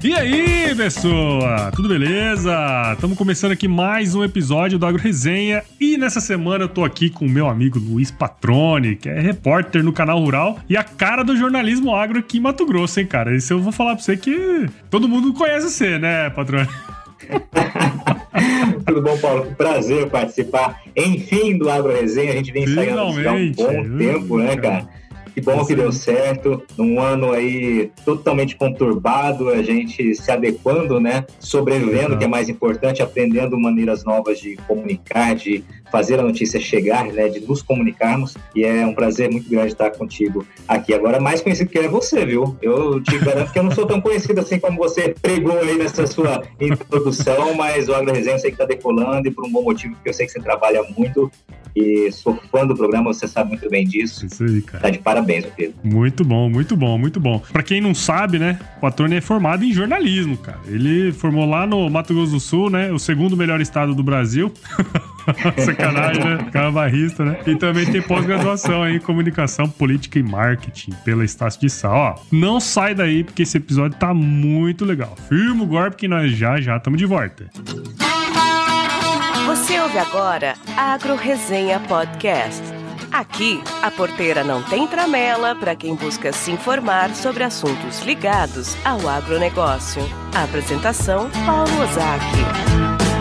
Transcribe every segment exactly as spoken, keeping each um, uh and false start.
E aí, pessoa? Tudo beleza? Estamos começando aqui mais um episódio do Agro Resenha e nessa semana eu tô aqui com o meu amigo Luiz Patrone, que é repórter no Canal Rural e a cara do jornalismo agro aqui em Mato Grosso, hein, cara? Isso eu vou falar pra você que todo mundo conhece você, né, Patrone? Tudo bom, Paulo? Que prazer participar, enfim, do Agro Resenha. A gente vem ensaiando há um bom tempo, né, cara? Que bom que deu certo, num ano aí totalmente conturbado, a gente se adequando, né, sobrevivendo, uhum. que é mais importante, aprendendo maneiras novas de comunicar, de fazer a notícia chegar, né, de nos comunicarmos, e é um prazer muito grande estar contigo aqui. Agora, mais conhecido que é você, viu? Eu te garanto que eu não sou tão conhecido assim como você pregou aí nessa sua introdução, mas o Agro Resenha eu sei que está decolando e por um bom motivo, porque eu sei que você trabalha muito e sou fã do programa, você sabe muito bem disso. Isso aí, cara. Tá de parabéns, meu filho. Muito bom, muito bom, muito bom. Pra quem não sabe, né, o Patrone é formado em jornalismo, cara. Ele formou lá no Mato Grosso do Sul, né, o segundo melhor estado do Brasil. Sacanagem, né? Cara barrista, né? E também tem pós-graduação em comunicação, política e marketing pela Estácio de Sá. Ó, não sai daí porque esse episódio tá muito legal. Firma o golpe que nós já já estamos de volta. Você ouve agora Agro Resenha Podcast. Aqui, a porteira não tem tramela para quem busca se informar sobre assuntos ligados ao agronegócio. A apresentação, Paulo Ozaki.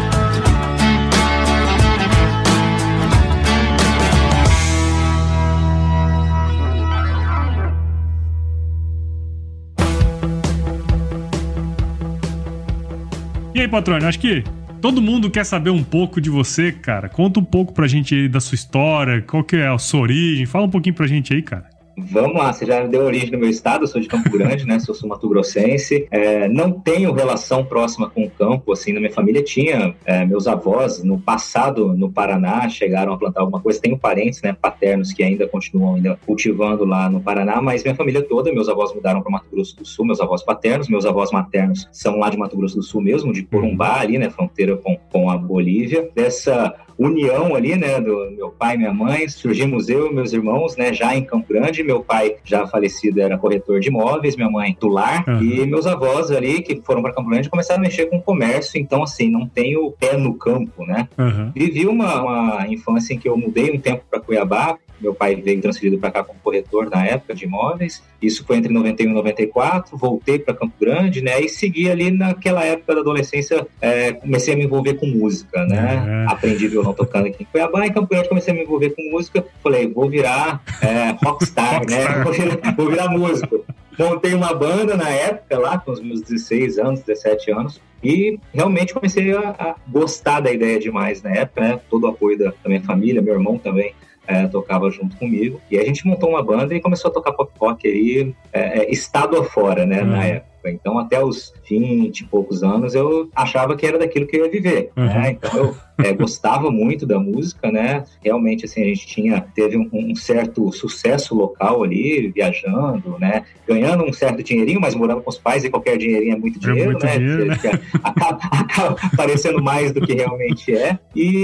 E aí, Patrone, acho que todo mundo quer saber um pouco de você, cara. Conta um pouco pra gente aí da sua história, qual que é a sua origem. Fala um pouquinho pra gente aí, cara. Vamos lá, você já deu origem no meu estado, eu sou de Campo Grande, né, sou sul-mato-grossense, é, não tenho relação próxima com o campo, assim, na minha família tinha, é, meus avós no passado no Paraná chegaram a plantar alguma coisa, tenho parentes, né, paternos que ainda continuam ainda cultivando lá no Paraná, mas minha família toda, meus avós mudaram para Mato Grosso do Sul, meus avós paternos, meus avós maternos são lá de Mato Grosso do Sul mesmo, de Corumbá ali, né, fronteira com, com a Bolívia, dessa união ali, né, do meu pai e minha mãe, surgimos eu e meus irmãos, né, já em Campo Grande, meu pai já falecido era corretor de imóveis, minha mãe do lar, uhum. e meus avós ali que foram para Campo Grande começaram a mexer com o comércio, então assim, não tenho pé no campo, né. Uhum. Vivi uma, uma infância em que eu mudei um tempo para Cuiabá, meu pai veio transferido para cá como corretor na época de imóveis, isso foi entre noventa e um e noventa e quatro, voltei para Campo Grande, né, e segui ali naquela época da adolescência, é, comecei a me envolver com música, né, uhum. aprendi violão tocando aqui em Cuiabá, em Campo Grande comecei a me envolver com música, falei, vou virar é, rockstar, né, vou virar, vou virar músico. Montei uma banda na época lá, com os meus dezesseis anos, dezessete anos, e realmente comecei a, a gostar da ideia demais na época, né, todo o apoio da, da minha família, meu irmão também, É, tocava junto comigo, e aí a gente montou uma banda e começou a tocar pop rock aí, é, estado afora, né, uhum. na época. Então, até os vinte e poucos anos, eu achava que era daquilo que eu ia viver, uhum. né? Então, eu é, gostava muito da música, né? Realmente, assim, a gente tinha, teve um, um certo sucesso local ali, viajando, né? Ganhando um certo dinheirinho, mas morando com os pais, e qualquer dinheirinho é muito dinheiro, é muito né? Dinheiro, né? Acaba, acaba parecendo mais do que realmente é.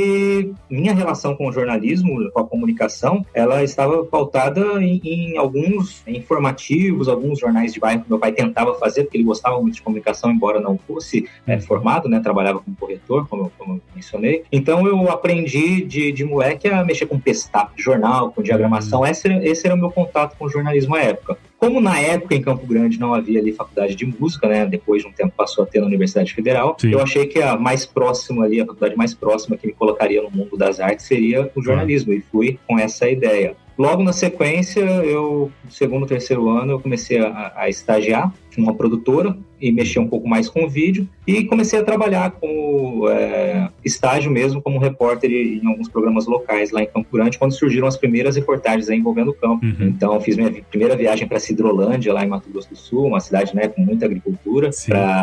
E minha relação com o jornalismo, com a comunicação, ela estava pautada em, em alguns informativos, alguns jornais de bairro que meu pai tentava fazer, porque ele gostava muito de comunicação, embora não fosse é, formado, né? Trabalhava como corretor, como, como eu mencionei. Então eu aprendi de, de moleque a mexer com pestap, jornal, com diagramação. Esse, esse era o meu contato com o jornalismo à época. Como na época em Campo Grande não havia ali faculdade de música, né? Depois de um tempo passou a ter na Universidade Federal, Sim. eu achei que a mais próxima ali, a faculdade mais próxima que me colocaria no mundo das artes seria o jornalismo, e fui com essa ideia. Logo na sequência, eu, no segundo, terceiro ano, eu comecei a, a estagiar numa produtora e mexer um pouco mais com o vídeo, e comecei a trabalhar como é, estágio mesmo, como repórter em alguns programas locais lá em Campo Grande, quando surgiram as primeiras reportagens aí envolvendo o campo. Uhum. Então, fiz minha primeira viagem para Sidrolândia, lá em Mato Grosso do Sul, uma cidade, né, com muita agricultura, para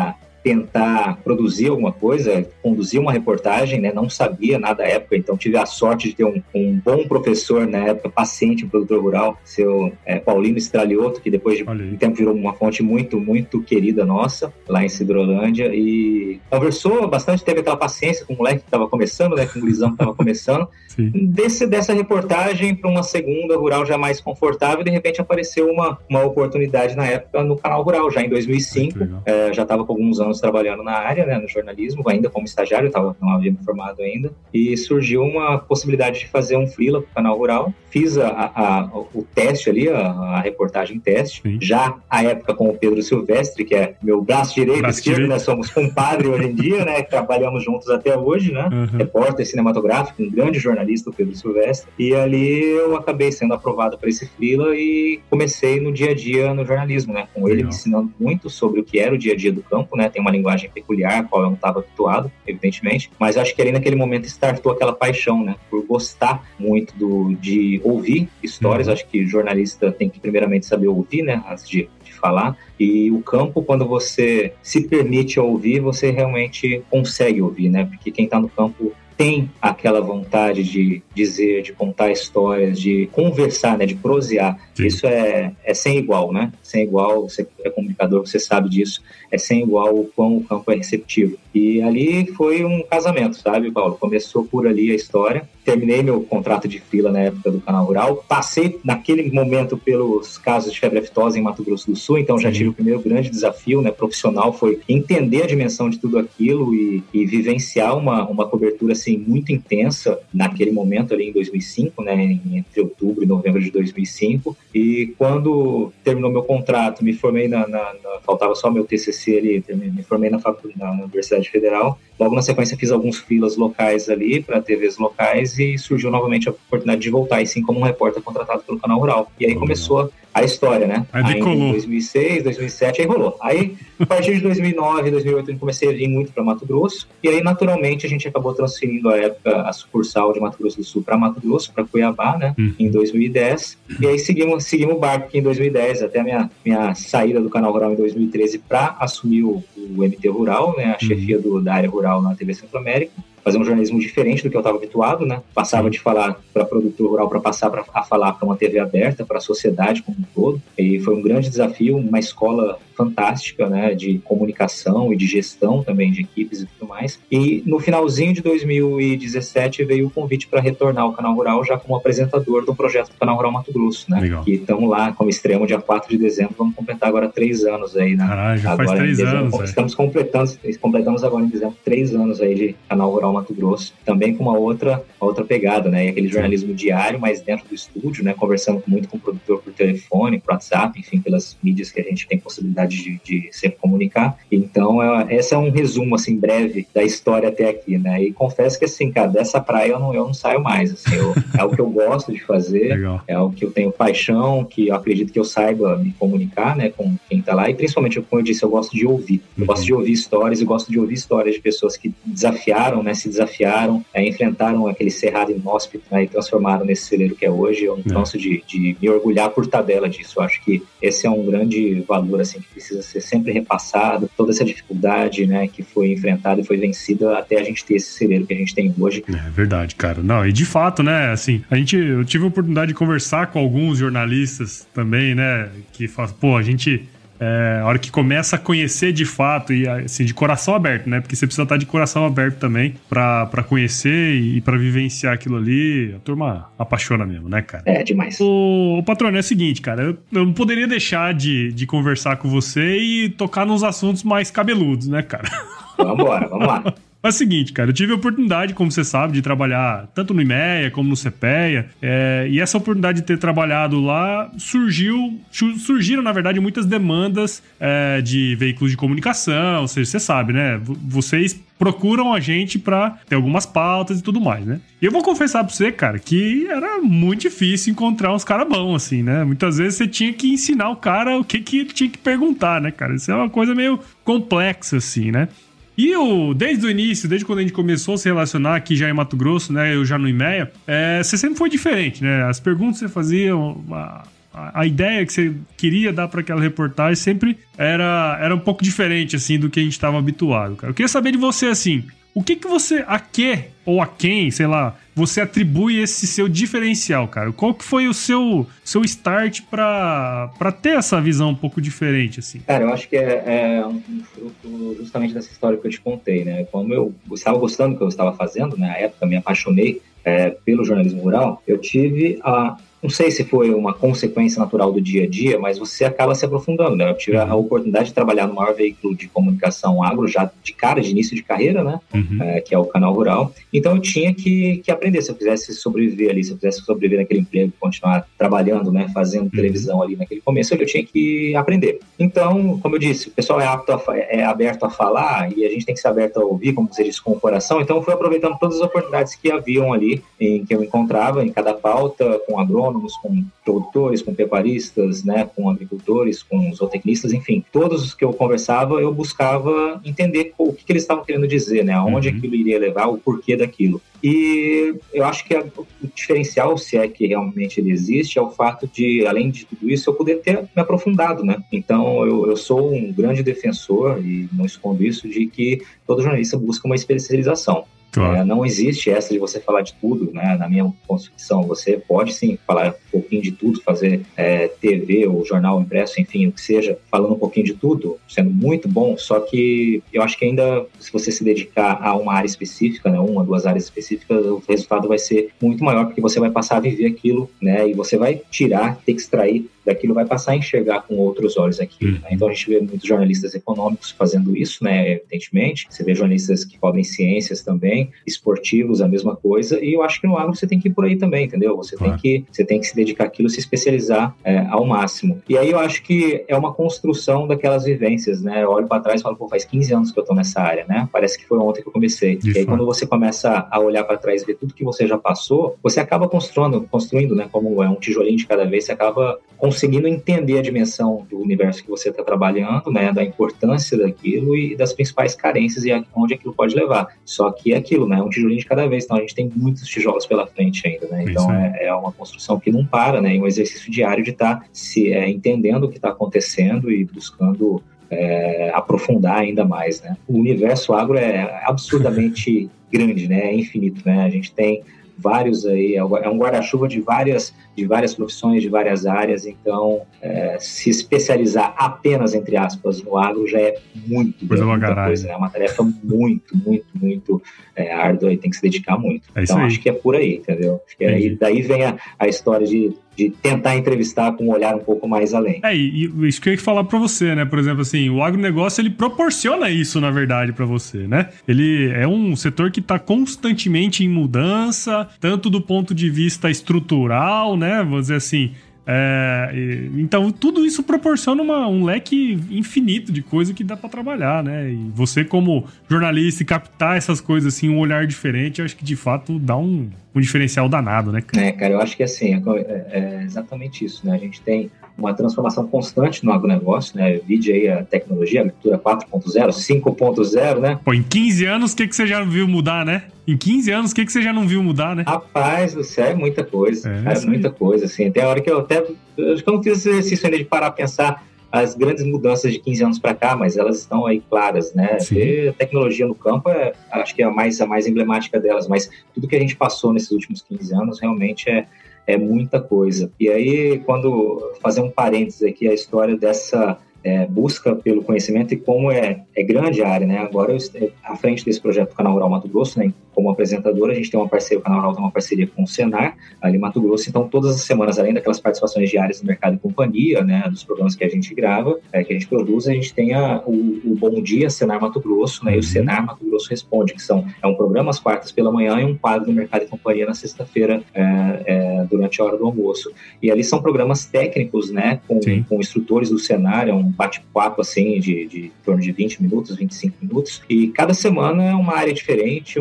tentar produzir alguma coisa, conduzir uma reportagem, né? Não sabia nada da época, então tive a sorte de ter um, um bom professor na época, paciente, um produtor rural, seu é, Paulino Stralioto, que depois de um tempo virou uma fonte muito, muito querida nossa, lá em Cidrolândia, e conversou bastante, teve aquela paciência com o moleque que estava começando, né? Com o gurizão que estava começando. Desse, dessa reportagem para uma segunda rural já mais confortável, de repente apareceu uma, uma oportunidade na época no Canal Rural, já em dois mil e cinco, é, já estava com alguns anos trabalhando na área, né, no jornalismo, ainda como estagiário, tava, não havia me formado ainda, e surgiu uma possibilidade de fazer um freela para o Canal Rural. Fiz a, a, a, o teste ali, a, a reportagem teste, Sim. já à época com o Pedro Silvestre, que é meu braço direito, braço esquerdo, direito. Né, somos compadre hoje em dia, né, trabalhamos juntos até hoje, né, uhum. repórter cinematográfico, um grande jornalista, o Pedro Silvestre, e ali eu acabei sendo aprovado para esse freela e comecei no dia a dia no jornalismo, né, com ele Legal. Me ensinando muito sobre o que era o dia a dia do campo, né, tem uma linguagem peculiar, a qual eu não estava habituado, evidentemente, mas acho que ali naquele momento startou aquela paixão, né, por gostar muito do, de ouvir histórias. Uhum. Acho que jornalista tem que primeiramente saber ouvir, né, antes de, de falar, e o campo, quando você se permite ouvir, você realmente consegue ouvir, né, porque quem está no campo tem aquela vontade de dizer, de contar histórias, de conversar, né, de prosear. Sim. Isso é, é sem igual, né? Sem igual, você é comunicador, você sabe disso. É sem igual o quão o campo é receptivo. E ali foi um casamento, sabe, Paulo? Começou por ali a história. Terminei meu contrato de freela na época do Canal Rural. Passei, naquele momento, pelos casos de febre aftosa em Mato Grosso do Sul. Então, já tive o primeiro grande desafio, né, profissional, foi entender a dimensão de tudo aquilo e, e vivenciar uma, uma cobertura, assim, muito intensa naquele momento ali em dois mil e cinco, né, entre outubro e novembro de dois mil e cinco. E quando terminou meu contrato, me formei na... na, na faltava só meu T C C ali, me formei na, na Universidade Federal. Logo na sequência fiz alguns freelas locais ali para T Vs locais e surgiu novamente a oportunidade de voltar, e sim como um repórter contratado pelo Canal Rural. E aí oh, começou a, a história, né? Aí decolou. Em dois mil e seis, dois mil e sete, aí rolou. Aí, a partir de dois mil e nove, dois mil e oito, eu comecei a vir muito para Mato Grosso, e aí naturalmente a gente acabou transferindo a época a sucursal de Mato Grosso do Sul para Mato Grosso, para Cuiabá, né? Hum. Em dois mil e dez. E aí seguimos, seguimos o barco aqui em dois mil e dez, até a minha, minha saída do Canal Rural em dois mil e treze para assumir o, o M T Rural, né? A hum. chefia do, da área rural na T V Centro-América. Fazer um jornalismo diferente do que eu estava habituado, né? Passava de falar para produtor rural para passar pra, a falar para uma T V aberta, para a sociedade como um todo. E foi um grande desafio, uma escola fantástica, né? De comunicação e de gestão também de equipes e tudo mais. E no finalzinho de dois mil e dezessete veio o convite para retornar ao Canal Rural já como apresentador do projeto do Canal Rural Mato Grosso, né? Legal. Que estamos lá como extremo dia quatro de dezembro, vamos completar agora três anos aí, né? Caralho, já agora faz três anos. Estamos é. completando, completamos agora em dezembro três anos aí de Canal Rural Mato Grosso, também com uma outra, outra pegada, né? Aquele jornalismo diário, mas dentro do estúdio, né? Conversando muito com o produtor por telefone, por WhatsApp, enfim, pelas mídias que a gente tem possibilidade de, de se comunicar. Então, é, esse é um resumo, assim, breve da história até aqui, né? E confesso que, assim, cara, dessa praia eu não, eu não saio mais, assim, eu, é o que eu gosto de fazer, Legal. É o que eu tenho paixão, que eu acredito que eu saiba me comunicar, né? Com quem tá lá, e principalmente, como eu disse, eu gosto de ouvir. Eu uhum. gosto de ouvir histórias, eu gosto de ouvir histórias de pessoas que desafiaram, né? Se desafiaram É, enfrentaram aquele cerrado inóspito, né, e transformaram nesse celeiro que é hoje. Eu não canso de, de me orgulhar por tabela disso. Eu acho que esse é um grande valor, assim, que precisa ser sempre repassado. Toda essa dificuldade, né, que foi enfrentada e foi vencida até a gente ter esse celeiro que a gente tem hoje. É verdade, cara. Não, e de fato, né, assim, a gente, eu tive a oportunidade de conversar com alguns jornalistas também, né, que falam, pô, a gente... É, a hora que começa a conhecer de fato e assim, de coração aberto, né? Porque você precisa estar de coração aberto também pra, pra conhecer e pra vivenciar aquilo ali. A turma apaixona mesmo, né, cara? É, demais. O, o patrão, é o seguinte, cara, eu, eu não poderia deixar de, de conversar com você e tocar nos assuntos mais cabeludos, né, cara? Vambora, vamos lá. Mas é o seguinte, cara, eu tive a oportunidade, como você sabe, de trabalhar tanto no IMEA como no CEPEA, é, e essa oportunidade de ter trabalhado lá surgiu, surgiram, na verdade, muitas demandas é, de veículos de comunicação, ou seja, você sabe, né? Vocês procuram a gente pra ter algumas pautas e tudo mais, né? E eu vou confessar pra você, cara, que era muito difícil encontrar uns caras bons, assim, né? Muitas vezes você tinha que ensinar o cara o que, que ele tinha que perguntar, né, cara? Isso é uma coisa meio complexa, assim, né? E o, desde o início, desde quando a gente começou a se relacionar aqui já em Mato Grosso, né, eu já no IMEA, é, você sempre foi diferente, né? As perguntas que você fazia, a, a, a ideia que você queria dar para aquela reportagem sempre era, era um pouco diferente, assim, do que a gente estava habituado, cara. Eu queria saber de você, assim, o que que você, a que, ou a quem, sei lá, você atribui esse seu diferencial, cara? Qual que foi o seu, seu start pra, pra ter essa visão um pouco diferente, assim? Cara, eu acho que é, é um fruto justamente dessa história que eu te contei, né? Como eu estava gostando do que eu estava fazendo, né? Na época, me apaixonei é, pelo jornalismo rural, eu tive a... Não sei se foi uma consequência natural do dia a dia, mas você acaba se aprofundando, né? Eu tive a oportunidade de trabalhar no maior veículo de comunicação agro, já de cara, de início de carreira, né? Uhum. É, que é o Canal Rural. Então eu tinha que, que aprender. Se eu quisesse sobreviver ali, se eu quisesse sobreviver naquele emprego, continuar trabalhando, né? Fazendo uhum. televisão ali naquele começo, eu tinha que aprender. Então, como eu disse, o pessoal é, apto a, é aberto a falar e a gente tem que ser aberto a ouvir, como você disse, com o coração. Então eu fui aproveitando todas as oportunidades que haviam ali, em que eu encontrava em cada pauta, com agrônomos, com produtores, com pecuaristas, né, com agricultores, com zootecnistas, enfim. Todos os que eu conversava, eu buscava entender o que, que eles estavam querendo dizer, né, aonde uhum. aquilo iria levar, o porquê daquilo. E eu acho que a, o diferencial, se é que realmente ele existe, é o fato de, além de tudo isso, eu poder ter me aprofundado, né? Então, eu, eu sou um grande defensor, e não escondo isso, de que todo jornalista busca uma especialização. Claro. É, não existe essa de você falar de tudo, né? Na minha concepção, você pode sim falar um pouquinho de tudo, fazer é, T V ou jornal impresso, enfim, o que seja, falando um pouquinho de tudo, sendo muito bom, só que eu acho que ainda, se você se dedicar a uma área específica, né, uma, duas áreas específicas, o resultado vai ser muito maior, porque você vai passar a viver aquilo, né? E você vai tirar, ter que extrair daquilo, vai passar a enxergar com outros olhos aquilo. Né? Então a gente vê muitos jornalistas econômicos fazendo isso, né, evidentemente. Você vê jornalistas que cobrem ciências também, esportivos, a mesma coisa, e eu acho que no agro você tem que ir por aí também, entendeu? Você, claro. tem, que, você tem que se dedicar àquilo, se especializar é, ao máximo. E aí eu acho que é uma construção daquelas vivências, né? Eu olho para trás e falo, pô, faz quinze anos que eu tô nessa área, né? Parece que foi ontem que eu comecei. De e aí fato. Quando você começa a olhar para trás e ver tudo que você já passou, você acaba construindo, construindo, né? Como é um tijolinho de cada vez, você acaba conseguindo entender a dimensão do universo que você está trabalhando, né, da importância daquilo e das principais carências e onde aquilo pode levar. Só que é aquilo, né, um tijolinho de cada vez, então a gente tem muitos tijolos pela frente ainda, né, então é, é uma construção que não para, né, um exercício diário de estar tá se é, entendendo o que está acontecendo e buscando é, aprofundar ainda mais, né. O universo agro é absurdamente grande, né, é infinito, né, a gente tem vários aí, é um guarda-chuva de várias, de várias profissões, de várias áreas, então é, se especializar apenas, entre aspas, no agro já é muito, coisa, é muita uma coisa, né? É uma tarefa muito, muito, muito é, árdua e tem que se dedicar muito. É então aí. Acho que é por aí, entendeu? Acho que é aí, daí vem a, a história de de tentar entrevistar com um olhar um pouco mais além. É, e, e isso que eu ia falar pra você, né? Por exemplo, assim, o agronegócio, ele proporciona isso, na verdade, pra você, né? Ele é um setor que tá constantemente em mudança, tanto do ponto de vista estrutural, né? Vamos dizer assim... É, e, então tudo isso proporciona uma, um leque infinito de coisa que dá pra trabalhar, né? E você como jornalista e captar essas coisas assim, um olhar diferente, eu acho que de fato dá um, um diferencial danado, né? É, cara, eu acho que assim, é, é exatamente isso, né? A gente tem uma transformação constante no agronegócio, né? Vide aí a tecnologia, a agricultura quatro ponto zero, cinco ponto zero, né? Pô, em quinze anos, o que, que você já viu mudar, né? Em quinze anos, o que, que você já não viu mudar, né? Rapaz do céu, é muita coisa. É, cara, muita coisa, assim. Tem hora que eu até... Eu acho que eu não fiz esse exercício ainda de parar a pensar as grandes mudanças de quinze anos para cá, mas elas estão aí claras, né? E a tecnologia no campo, é, acho que é a mais, a mais emblemática delas, mas tudo que a gente passou nesses últimos quinze anos realmente é, é muita coisa. E aí, quando fazer um parênteses aqui, a história dessa... É, busca pelo conhecimento e como é, é grande a área, né? Agora, eu estou à frente desse projeto do Canal Rural Mato Grosso, né? Como apresentador, a gente tem uma parceria, o Canal Rural tem uma parceria com o Senar, ali em Mato Grosso, então todas as semanas, além daquelas participações diárias no Mercado e Companhia, né? Dos programas que a gente grava, é, que a gente produz, a gente tem a, o, o Bom Dia Senar Mato Grosso, né? E o Senar Mato Grosso Responde, que são, é um programa às quartas pela manhã e um quadro do Mercado e Companhia na sexta-feira, é, é, durante a hora do almoço. E ali são programas técnicos, né? Com, com instrutores do Senar, é um bate-papo assim de, de em torno de vinte minutos, vinte e cinco minutos, e cada semana é uma área diferente, um instrutor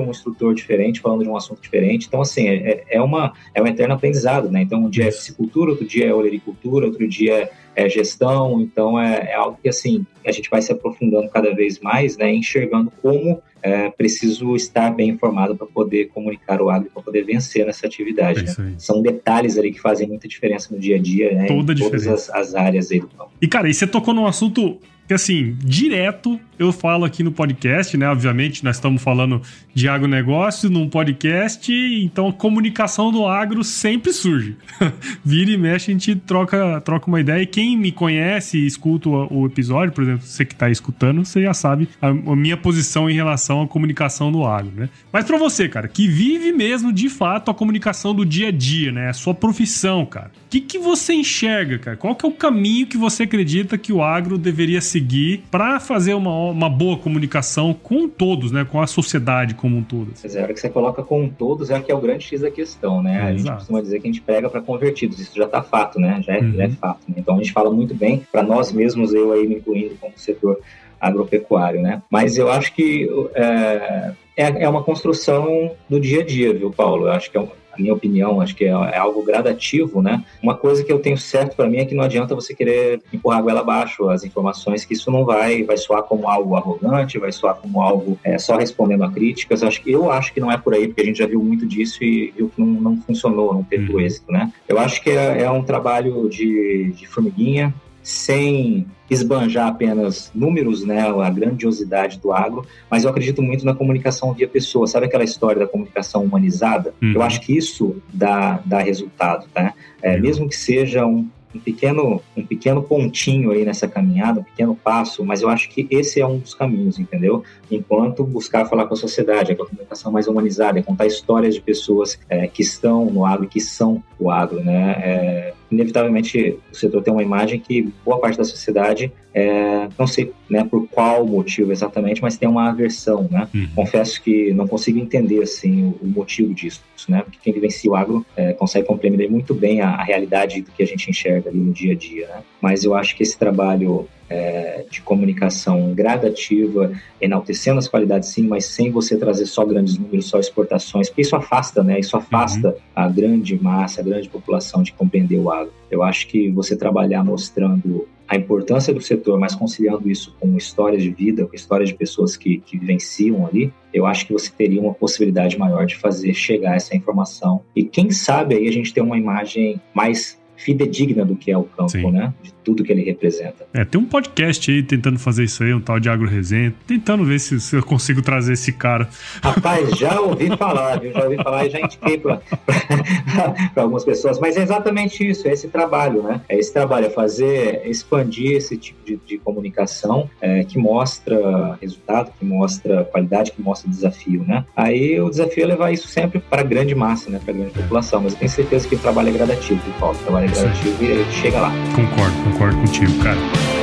setor diferente, falando de um assunto diferente. Então, assim, é, é, uma, é um eterno aprendizado, né? Então, um dia é piscicultura, outro dia é olericultura, outro dia é gestão. Então, é, é algo que, assim, a gente vai se aprofundando cada vez mais, né? Enxergando como é preciso estar bem informado para poder comunicar o agro, para poder vencer nessa atividade. É né? São detalhes ali que fazem muita diferença no dia a dia, né? Toda em todas as, as áreas aí do campo. E, cara, e você tocou num assunto que, assim, direto eu falo aqui no podcast, né? Obviamente, nós estamos falando de agronegócio num podcast, então a comunicação do agro sempre surge. Vira e mexe, a gente troca, troca uma ideia. E quem me conhece e escuta o, o episódio, por exemplo, você que está escutando, você já sabe a, a minha posição em relação à comunicação do agro, né? Mas para você, cara, que vive mesmo, de fato, a comunicação do dia a dia, né? A sua profissão, cara. O que, que você enxerga, cara? Qual que é o caminho que você acredita que o agro deveria seguir para fazer uma uma boa comunicação com todos, né? Com a sociedade como um todo. Assim. A hora que você coloca com todos é que é o grande X da questão, né? É, a gente exato. Costuma dizer que a gente prega para convertidos, isso já está fato, né? Já é, uhum. já é fato. Né? Então a gente fala muito bem para nós mesmos, eu aí me incluindo como setor agropecuário, né? Mas eu acho que é, é uma construção do dia a dia, viu, Paulo? Eu acho que é um a minha opinião, acho que é, é algo gradativo, né? Uma coisa que eu tenho certo para mim é que não adianta você querer empurrar a goela abaixo as informações, que isso não vai, vai soar como algo arrogante, vai soar como algo é, só respondendo a críticas. Eu acho, que, eu acho que não é por aí, porque a gente já viu muito disso e viu que não, não funcionou, não teve o êxito, né? Eu acho que é, é um trabalho de, de formiguinha, sem esbanjar apenas números, né, a grandiosidade do agro, mas eu acredito muito na comunicação via pessoa. Sabe aquela história da comunicação humanizada? Uhum. Eu acho que isso dá, dá resultado, tá? É, uhum. Mesmo que seja um, um, pequeno, um pequeno pontinho aí nessa caminhada, um pequeno passo, mas eu acho que esse é um dos caminhos, entendeu? Enquanto buscar falar com a sociedade, a comunicação mais humanizada, é contar histórias de pessoas é, que estão no agro, que são o agro, né? É, inevitavelmente o setor tem uma imagem que boa parte da sociedade, é, não sei, né, por qual motivo exatamente, mas tem uma aversão, né? Uhum. Confesso que não consigo entender assim o, o motivo disso, né? Porque quem vivencia o agro é, consegue compreender muito bem a, a realidade do que a gente enxerga ali no dia a dia, né? Mas eu acho que esse trabalho É, de comunicação gradativa, enaltecendo as qualidades sim, mas sem você trazer só grandes números, só exportações, porque isso afasta, né? Isso afasta uhum. a grande massa, a grande população de compreender o agro. Eu acho que você trabalhar mostrando a importância do setor, mas conciliando isso com histórias de vida, com histórias de pessoas que, que vivenciam ali, eu acho que você teria uma possibilidade maior de fazer chegar essa informação. E quem sabe aí a gente ter uma imagem mais fidedigna do que é o campo, sim. né? De tudo que ele representa. É, tem um podcast aí tentando fazer isso aí, um tal de Agro Resenha, tentando ver se, se eu consigo trazer esse cara. Rapaz, já ouvi falar, viu? Já ouvi falar e já indiquei para algumas pessoas, mas é exatamente isso, é esse trabalho, né? É esse trabalho, é fazer, expandir esse tipo de, de comunicação é, que mostra resultado, que mostra qualidade, que mostra desafio, né? Aí o desafio é levar isso sempre para a grande massa, né? Para a grande população, mas eu tenho certeza que o trabalho é gradativo, Paulo, o trabalho é gradativo e a gente chega lá. Concordo. Concordo contigo, cara.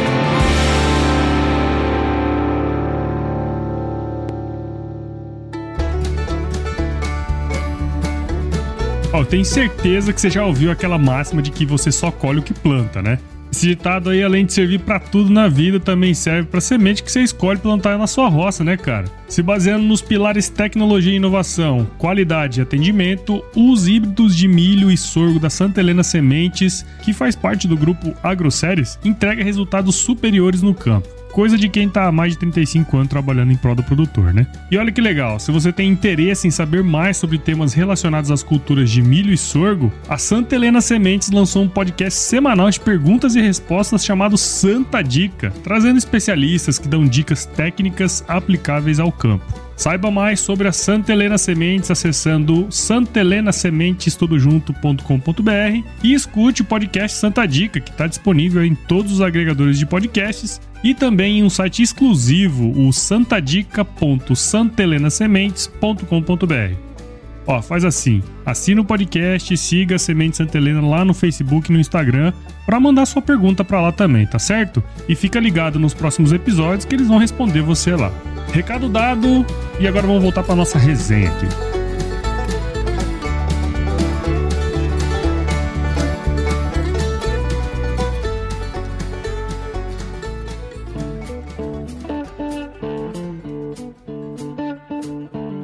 Ó, eu tenho certeza que você já ouviu aquela máxima de que você só colhe o que planta, né? Esse ditado aí, além de servir pra tudo na vida, também serve pra semente que você escolhe plantar na sua roça, né, cara? Se baseando nos pilares tecnologia e inovação, qualidade e atendimento, os híbridos de milho e sorgo da Santa Helena Sementes, que faz parte do grupo AgroSéries, entrega resultados superiores no campo. Coisa de quem tá há mais de trinta e cinco anos trabalhando em prol do produtor, né? E olha que legal, se você tem interesse em saber mais sobre temas relacionados às culturas de milho e sorgo, a Santa Helena Sementes lançou um podcast semanal de perguntas e respostas chamado Santa Dica, trazendo especialistas que dão dicas técnicas aplicáveis ao campo. Saiba mais sobre a Santa Helena Sementes acessando santa helena sementes tudo junto ponto com ponto b r e escute o podcast Santa Dica, que está disponível em todos os agregadores de podcasts e também em um site exclusivo, o santadica ponto santa helena sementes ponto com ponto b r. Ó, faz assim, assina o podcast e siga a Semente Santa Helena lá no Facebook e no Instagram para mandar sua pergunta para lá também, tá certo? E fica ligado nos próximos episódios que eles vão responder você lá. Recado dado, e agora vamos voltar para nossa resenha aqui.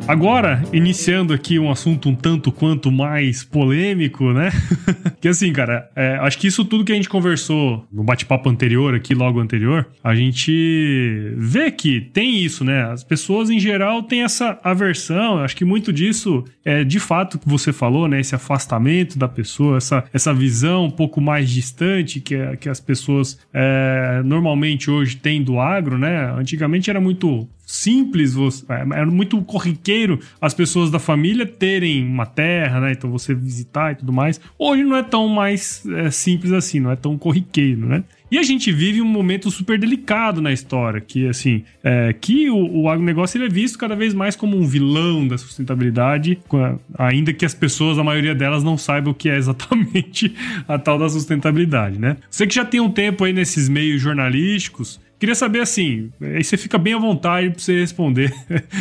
Agora, iniciando aqui um assunto um tanto quanto mais polêmico, né? Que assim, cara, é, acho que isso tudo que a gente conversou no bate-papo anterior aqui, logo anterior, a gente vê que tem isso, né? As pessoas em geral têm essa aversão, acho que muito disso é de fato que você falou, né? Esse afastamento da pessoa, essa, essa visão um pouco mais distante que, que as pessoas é, normalmente hoje têm do agro, né? Antigamente era muito simples, era muito corriqueiro as pessoas da família terem uma terra, né? Então você visitar e tudo mais. Hoje não é tão mais é, simples assim, não é tão corriqueiro, né? E a gente vive um momento super delicado na história, que assim, é, que o, o agronegócio ele é visto cada vez mais como um vilão da sustentabilidade, ainda que as pessoas, a maioria delas, não saibam o que é exatamente a tal da sustentabilidade, né? Você que já tem um tempo aí nesses meios jornalísticos, queria saber assim, aí você fica bem à vontade para você responder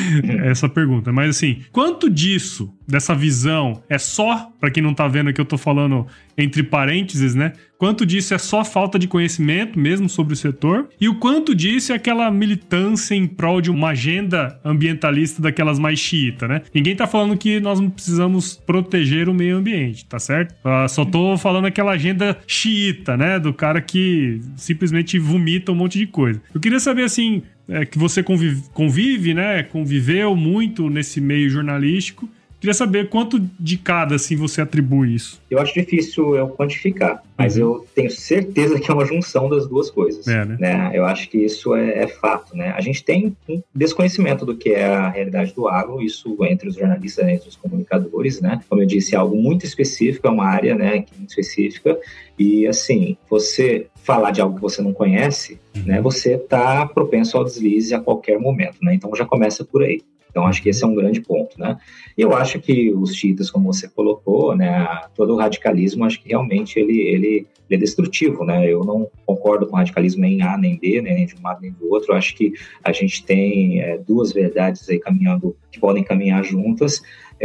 essa pergunta, mas assim, quanto disso, dessa visão, é só, para quem não tá vendo aqui, eu tô falando entre parênteses, né? Quanto disso é só falta de conhecimento mesmo sobre o setor e o quanto disso é aquela militância em prol de uma agenda ambientalista daquelas mais xiita, né? Ninguém tá falando que nós não precisamos proteger o meio ambiente, tá certo? Uh, só tô falando aquela agenda xiita, né? Do cara que simplesmente vomita um monte de coisa. Eu queria saber, assim, é, que você convive, convive, né? Conviveu muito nesse meio jornalístico. Queria saber quanto de cada, assim, você atribui isso. Eu acho difícil eu quantificar, mas uhum. eu tenho certeza que é uma junção das duas coisas. É, né? Né? Eu acho que isso é, é fato, né? A gente tem um desconhecimento do que é a realidade do agro, isso entre os jornalistas, entre os comunicadores, né? Como eu disse, é algo muito específico, é uma área, né, muito específica, e assim, você falar de algo que você não conhece, uhum. né, você está propenso ao deslize a qualquer momento, né? Então já começa por aí. Então, acho que esse é um grande ponto, né? E eu acho que os xiitas, como você colocou, né, todo o radicalismo, acho que realmente ele, ele, ele é destrutivo, né? Eu não concordo com o radicalismo nem A nem B, né, nem de um lado nem do outro. Eu acho que a gente tem é, duas verdades aí caminhando, que podem caminhar juntas.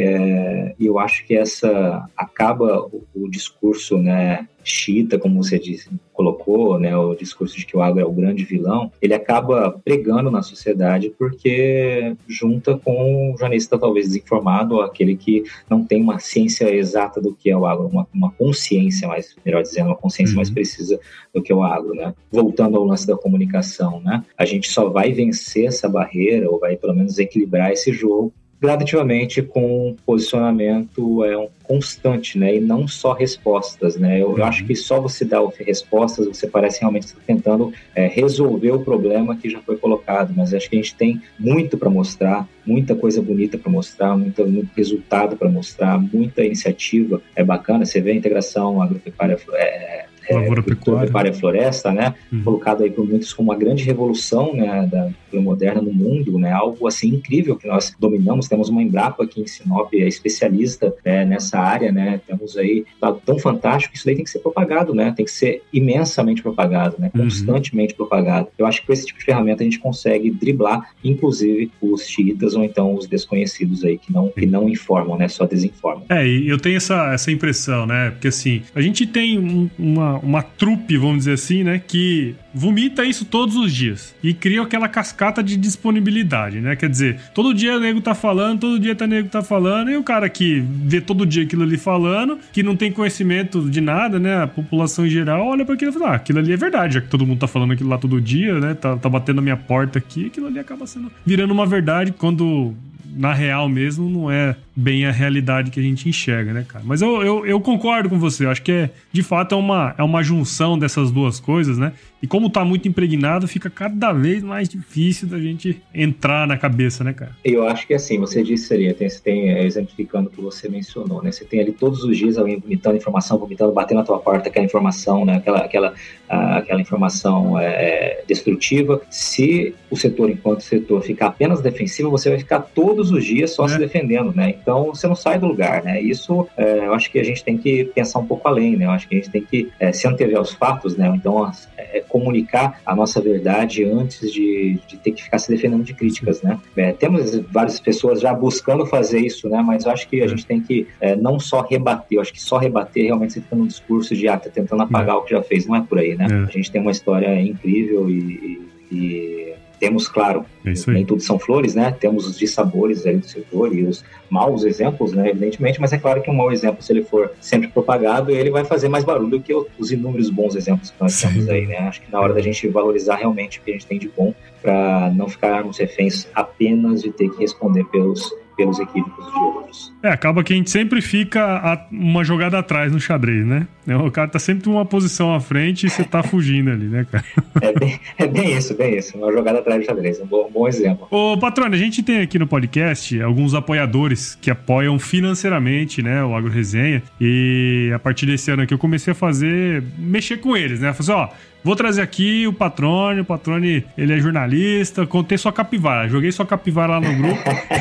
É, e eu acho que essa acaba o, o discurso, né, xiita, como você disse, colocou, né, o discurso de que o agro é o grande vilão, ele acaba pregando na sociedade porque junta com o jornalista talvez desinformado, aquele que não tem uma ciência exata do que é o agro, uma, uma consciência, mais, melhor dizendo, uma consciência uhum. mais precisa do que é o agro, né? Voltando ao lance da comunicação, né? A gente só vai vencer essa barreira, ou vai pelo menos equilibrar esse jogo, gradativamente com posicionamento é, um constante, né? E não só respostas, né? Eu, eu acho que só você dar respostas, você parece realmente estar tentando é, resolver o problema que já foi colocado, mas acho que a gente tem muito para mostrar, muita coisa bonita para mostrar, muito, muito resultado para mostrar, muita iniciativa, é bacana, você vê a integração agropecuária é, Lavoura Pecuária. Pecuária Floresta, né? Uhum. Colocado aí por muitos como uma grande revolução, né, da agricultura moderna no mundo, né? Algo assim incrível que nós dominamos. Temos uma Embrapa aqui em Sinop, é especialista é, nessa área, né? Temos aí algo tão fantástico que isso daí tem que ser propagado, né? Tem que ser imensamente propagado, né? Constantemente uhum. propagado. Eu acho que com esse tipo de ferramenta a gente consegue driblar, inclusive, os xiitas ou então os desconhecidos aí que não, que não informam, né? Só desinformam. É, e eu tenho essa, essa impressão, né? Porque assim, a gente tem um, uma uma trupe, vamos dizer assim, né, que vomita isso todos os dias e cria aquela cascata de disponibilidade, né? Quer dizer, todo dia o nego tá falando, todo dia o nego tá falando, e o cara que vê todo dia aquilo ali falando, que não tem conhecimento de nada, né? A população em geral olha para aquilo e fala, ah, aquilo ali é verdade, já que todo mundo tá falando aquilo lá todo dia, né? Tá, tá batendo na minha porta aqui, aquilo ali acaba sendo virando uma verdade quando na real mesmo não é bem a realidade que a gente enxerga, né, cara? Mas eu, eu, eu concordo com você, eu acho que é, de fato é uma, é uma junção dessas duas coisas, né? E como tá muito impregnado, fica cada vez mais difícil da gente entrar na cabeça, né, cara? Eu acho que assim, você disse ali, tem, você tem, exemplificando o que você mencionou, né? Você tem ali todos os dias alguém vomitando informação, vomitando, batendo na tua porta aquela informação, né? Aquela, aquela, a, aquela informação é, destrutiva. Se o setor, enquanto setor, ficar apenas defensivo, você vai ficar todos os dias só é. se defendendo, né? Então, você não sai do lugar, né? Isso, é, eu acho que a gente tem que pensar um pouco além, né? Eu acho que a gente tem que é, se antever aos fatos, né? Então, é, comunicar a nossa verdade antes de, de ter que ficar se defendendo de críticas, né? É, temos várias pessoas já buscando fazer isso, né? Mas eu acho que a gente tem que é, não só rebater, eu acho que só rebater realmente você fica num discurso de, ah, tá tentando apagar é. o que já fez, não é por aí, né? É. A gente tem uma história incrível e... e, e temos, claro, nem tudo são flores, né? Temos os dissabores aí do setor e os maus exemplos, né? Evidentemente, mas é claro que um mau exemplo, se ele for sempre propagado, ele vai fazer mais barulho do que os inúmeros bons exemplos que nós Sim. temos aí, né? Acho que na hora da gente valorizar realmente o que a gente tem de bom, para não ficarmos reféns apenas de ter que responder pelos, pelos equívocos de outros. É, acaba que a gente sempre fica a, uma jogada atrás no xadrez, né? O cara tá sempre uma posição à frente e você tá fugindo ali, né, cara? É bem, é bem isso, bem isso. Uma jogada atrás do xadrez, um bom, um bom exemplo. Ô, Patrone, a gente tem aqui no podcast alguns apoiadores que apoiam financeiramente, né, o Agro Resenha. E a partir desse ano aqui eu comecei a fazer, mexer com eles, né? Falei assim, ó, vou trazer aqui o Patrone, o Patrone, ele é jornalista, contei sua capivara, joguei sua capivara lá no grupo.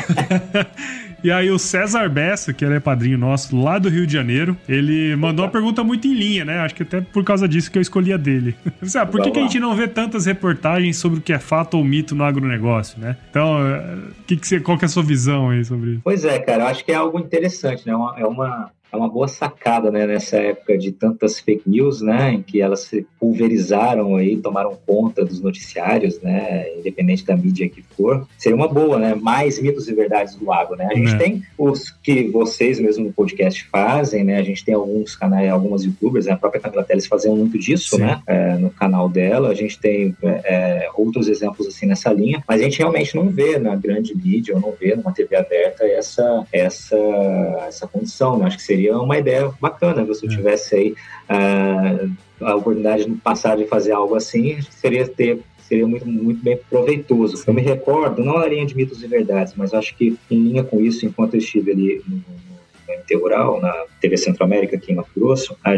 E aí o César Bessa, que ele é padrinho nosso lá do Rio de Janeiro, ele mandou uma pergunta muito em linha, né? Acho que até por causa disso que eu escolhi a dele. Ah, por que, que a gente não vê tantas reportagens sobre o que é fato ou mito no agronegócio, né? Então, que que você, qual que é a sua visão aí sobre isso? Pois é, cara, eu acho que é algo interessante, né? É uma... É uma boa sacada, né, nessa época de tantas fake news, né, em que elas se pulverizaram aí, tomaram conta dos noticiários, né, independente da mídia que for. Seria uma boa, né, mais mitos e verdades do agro, né. A gente é. tem os que vocês mesmo no podcast fazem, né, a gente tem alguns canais, algumas youtubers, né, a própria Camila Teles fazendo muito disso, Sim. né, é, no canal dela. A gente tem é, outros exemplos assim nessa linha, mas a gente realmente não vê na grande mídia, ou não vê numa T V aberta essa, essa, essa condição, né. Acho que seria uma ideia bacana, se eu tivesse aí uh, a oportunidade no passado de fazer algo assim, seria ter seria muito, muito bem proveitoso. Sim. Eu me recordo, não na linha de mitos e verdades, mas acho que em linha com isso, enquanto eu estive ali no, no M T Rural, na T V Centro-América aqui em Mato Grosso, a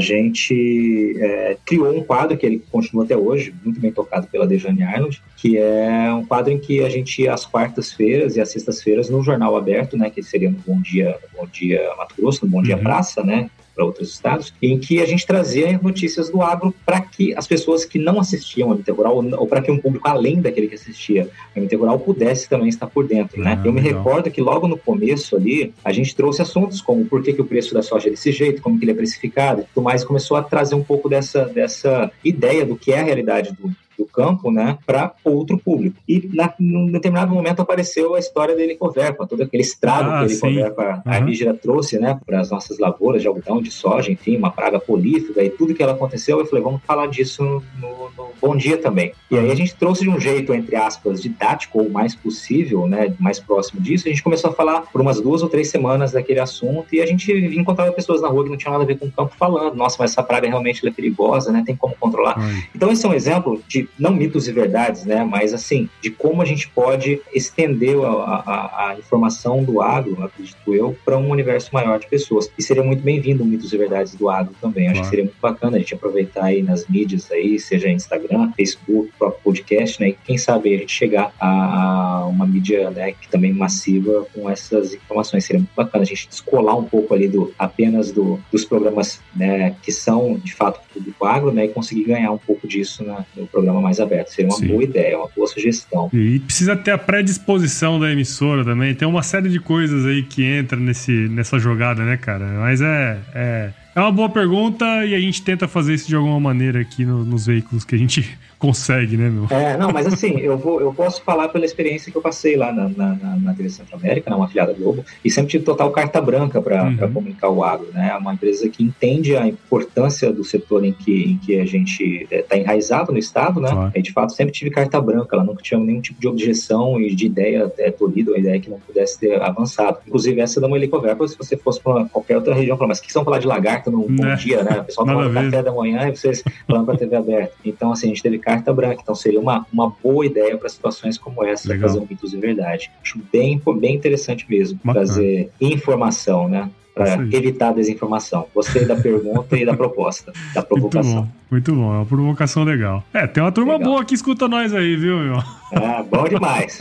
gente é, criou um quadro que ele continua até hoje, muito bem tocado pela Dejane Arnold, que é um quadro em que a gente ia às quartas-feiras e às sextas-feiras no Jornal Aberto, né, que seria no Bom Dia, Bom Dia Mato Grosso, no Bom Dia uhum. Praça, né, para outros estados, em que a gente trazia notícias do agro para que as pessoas que não assistiam ao M T Rural, ou, ou para que um público além daquele que assistia ao M T Rural pudesse também estar por dentro, né? Ah, Eu me legal. recordo que logo no começo ali, a gente trouxe assuntos como por que, que o preço da soja é desse jeito, como que ele é precificado e tudo mais, começou a trazer um pouco dessa, dessa ideia do que é a realidade do do campo, né, para outro público. E na, num determinado momento apareceu a história da helicoverpa, todo aquele estrago ah, que a helicoverpa uhum. herbígida trouxe, né, para as nossas lavouras de algodão, de soja, enfim, uma praga polífica e tudo que ela aconteceu. Eu falei, vamos falar disso no, no Bom Dia também. E aí a gente trouxe de um jeito, entre aspas, didático, ou mais possível, né, mais próximo disso. A gente começou a falar por umas duas ou três semanas daquele assunto e a gente encontrava pessoas na rua que não tinham nada a ver com o campo falando, nossa, mas essa praga realmente é perigosa, né, tem como controlar. Uhum. Então esse é um exemplo de não mitos e verdades, né, mas assim, de como a gente pode estender a, a, a informação do agro, acredito eu, para um universo maior de pessoas. E seria muito bem-vindo o mitos e verdades do agro também. Acho claro. que seria muito bacana a gente aproveitar aí nas mídias aí, seja Instagram, Facebook, próprio podcast, né, e quem sabe a gente chegar a, a uma mídia, né, que também massiva com essas informações. Seria muito bacana a gente descolar um pouco ali do, apenas do, dos programas, né, que são de fato público agro, né, e conseguir ganhar um pouco disso na, no programa mais aberto. Seria uma Sim. boa ideia, uma boa sugestão. E precisa ter a predisposição da emissora também. Tem uma série de coisas aí que entra nesse, nessa jogada, né, cara? Mas é... é... É uma boa pergunta e a gente tenta fazer isso de alguma maneira aqui no, nos veículos que a gente consegue, né, meu? É, não, mas assim, eu, vou, eu posso falar pela experiência que eu passei lá na, na, na T V Centro-América, né, uma afiliada Globo, e sempre tive total carta branca para uhum. comunicar o agro, né? É uma empresa que entende a importância do setor em que, em que a gente está é, enraizado no estado, né? Claro. E de fato sempre tive carta branca, ela nunca tinha nenhum tipo de objeção e de ideia é, tolhida, uma ideia que não pudesse ter avançado. Inclusive essa da helicoverpa, se você fosse para qualquer outra região, mas que são falar de lagarta no Bom né? Dia, né? O pessoal tomando café da manhã e vocês falando para a T V aberta. Então, assim, a gente teve carta branca. Então, seria uma, uma boa ideia para situações como essa, Legal. fazer um mitos e verdade. Acho bem, bem interessante mesmo, Bacana. trazer informação, né? Para evitar a desinformação. Gostei da pergunta e da proposta, da provocação. Muito bom, muito bom, é uma provocação legal. É, tem uma turma legal. boa que escuta nós aí, viu, meu? É, bom demais.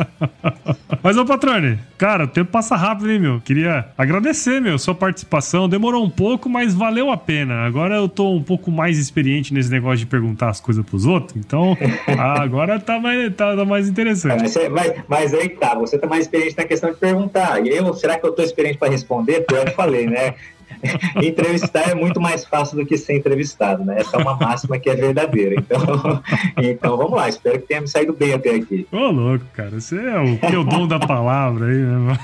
Mas, ô Patrone, cara, o tempo passa rápido, hein, meu? Queria agradecer, meu, sua participação. Demorou um pouco, mas valeu a pena. Agora eu tô um pouco mais experiente nesse negócio de perguntar as coisas pros outros, então agora tá mais, tá, tá mais interessante. Mas, mas, mas aí tá, você tá mais experiente na questão de perguntar. E eu, será que eu tô experiente para responder? Porque eu te falei, né? entrevistar é muito mais fácil do que ser entrevistado, né? Essa é uma máxima que é verdadeira. Então, então vamos lá, espero que tenha me saído bem até aqui. Ô, louco, cara, você é o que é o dono da palavra aí, né?